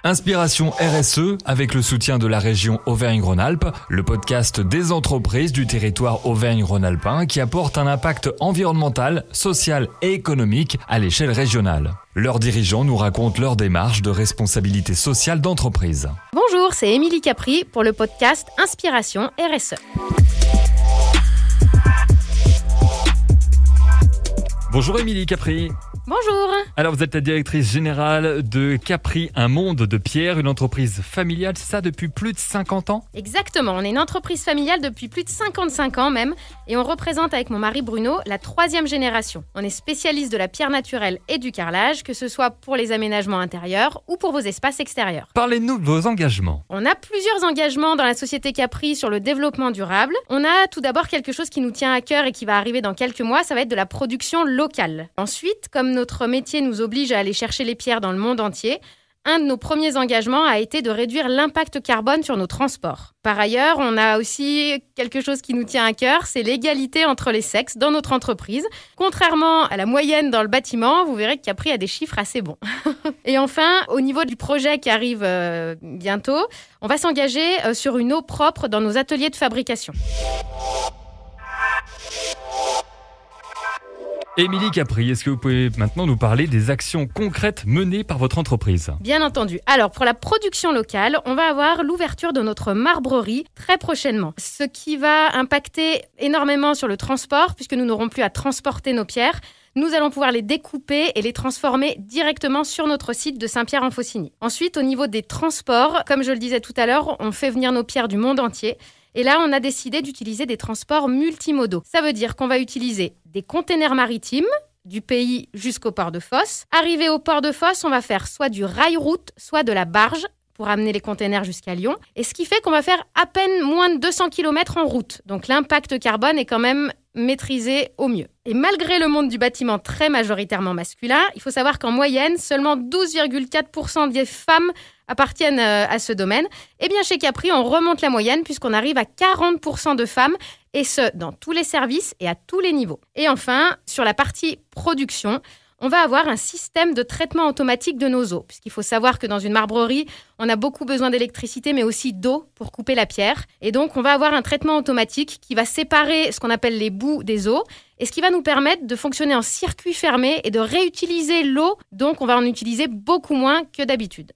Inspiration RSE avec le soutien de la région Auvergne-Rhône-Alpes, le podcast des entreprises du territoire auvergne-rhône-alpin qui apporte un impact environnemental, social et économique à l'échelle régionale. Leurs dirigeants nous racontent leur démarche de responsabilité sociale d'entreprise. Bonjour, c'est Émilie Capri pour le podcast Inspiration RSE. Bonjour Émilie Capri. Bonjour. Alors vous êtes la directrice générale de Capri, un monde de pierre, une entreprise familiale, c'est ça depuis plus de 50 ans ? Exactement, on est une entreprise familiale depuis plus de 55 ans même et on représente avec mon mari Bruno la 3e génération. On est spécialiste de la pierre naturelle et du carrelage, que ce soit pour les aménagements intérieurs ou pour vos espaces extérieurs. Parlez-nous de vos engagements. On a plusieurs engagements dans la société Capri sur le développement durable. On a tout d'abord quelque chose qui nous tient à cœur et qui va arriver dans quelques mois, ça va être de la production locale. Ensuite, comme notre métier nous oblige à aller chercher les pierres dans le monde entier, un de nos premiers engagements a été de réduire l'impact carbone sur nos transports. Par ailleurs, on a aussi quelque chose qui nous tient à cœur, c'est l'égalité entre les sexes dans notre entreprise. Contrairement à la moyenne dans le bâtiment, vous verrez que Capri a des chiffres assez bons. Et enfin, au niveau du projet qui arrive bientôt, on va s'engager sur une eau propre dans nos ateliers de fabrication. Émilie Capri, est-ce que vous pouvez maintenant nous parler des actions concrètes menées par votre entreprise ? Bien entendu. Alors, pour la production locale, on va avoir l'ouverture de notre marbrerie très prochainement. Ce qui va impacter énormément sur le transport, puisque nous n'aurons plus à transporter nos pierres. Nous allons pouvoir les découper et les transformer directement sur notre site de Saint-Pierre-en-Faucigny. Ensuite, au niveau des transports, comme je le disais tout à l'heure, on fait venir nos pierres du monde entier. Et là, on a décidé d'utiliser des transports multimodaux. Ça veut dire qu'on va utiliser des containers maritimes du pays jusqu'au port de Fos. Arrivé au port de Fos, on va faire soit du rail-route, soit de la barge pour amener les containers jusqu'à Lyon. Et ce qui fait qu'on va faire à peine moins de 200 km en route. Donc l'impact carbone est quand même maîtrisé au mieux. Et malgré le monde du bâtiment très majoritairement masculin, il faut savoir qu'en moyenne, seulement 12,4% des femmes appartiennent à ce domaine. Et bien chez Capri, on remonte la moyenne puisqu'on arrive à 40% de femmes, et ce, dans tous les services et à tous les niveaux. Et enfin, sur la partie production, on va avoir un système de traitement automatique de nos eaux, puisqu'il faut savoir que dans une marbrerie, on a beaucoup besoin d'électricité, mais aussi d'eau pour couper la pierre. Et donc, on va avoir un traitement automatique qui va séparer ce qu'on appelle les boues des eaux, et ce qui va nous permettre de fonctionner en circuit fermé et de réutiliser l'eau. Donc, on va en utiliser beaucoup moins que d'habitude.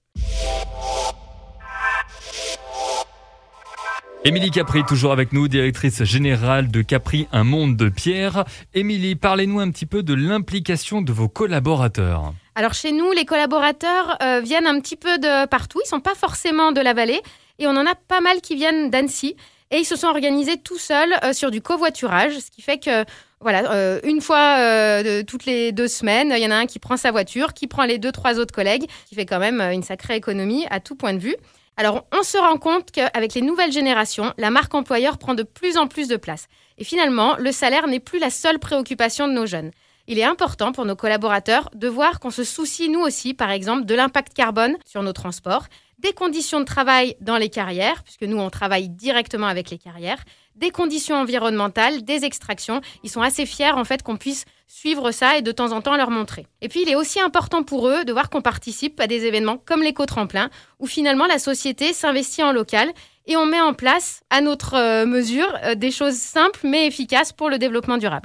Émilie Capri, toujours avec nous, directrice générale de Capri, un monde de pierre. Émilie, parlez-nous un petit peu de l'implication de vos collaborateurs. Alors chez nous, les collaborateurs viennent un petit peu de partout. Ils ne sont pas forcément de la vallée et on en a pas mal qui viennent d'Annecy. Et ils se sont organisés tout seuls sur du covoiturage, ce qui fait que une fois toutes les 2 semaines, il y en a un qui prend sa voiture, qui prend les 2-3 autres collègues, qui fait quand même une sacrée économie à tout point de vue. Alors, on se rend compte qu'avec les nouvelles générations, la marque employeur prend de plus en plus de place. Et finalement, le salaire n'est plus la seule préoccupation de nos jeunes. Il est important pour nos collaborateurs de voir qu'on se soucie, nous aussi, par exemple, de l'impact carbone sur nos transports, des conditions de travail dans les carrières, puisque nous, on travaille directement avec les carrières, des conditions environnementales, des extractions. Ils sont assez fiers, en fait, qu'on puisse suivre ça et de temps en temps leur montrer. Et puis, il est aussi important pour eux de voir qu'on participe à des événements comme l'éco-tremplin, où finalement, la société s'investit en local et on met en place, à notre mesure, des choses simples mais efficaces pour le développement durable.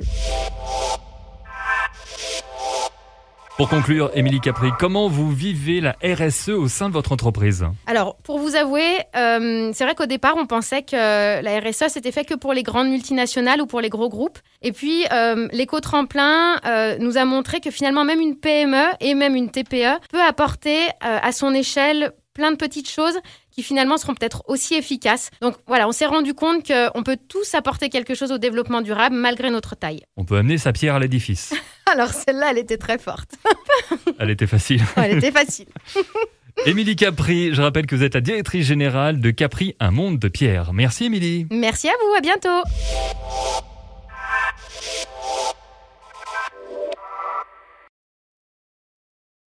Pour conclure, Émilie Capri, comment vous vivez la RSE au sein de votre entreprise ? Alors, pour vous avouer, c'est vrai qu'au départ, on pensait que la RSE, c'était fait que pour les grandes multinationales ou pour les gros groupes. Et puis, l'éco-tremplin nous a montré que finalement, même une PME et même une TPE peut apporter à son échelle plein de petites choses qui finalement seront peut-être aussi efficaces. Donc voilà, on s'est rendu compte qu'on peut tous apporter quelque chose au développement durable malgré notre taille. On peut amener sa pierre à l'édifice. Alors celle-là, elle était très forte. Elle était facile. Elle était facile. Émilie Capri, je rappelle que vous êtes la directrice générale de Capri, un monde de pierre. Merci Émilie. Merci à vous, à bientôt.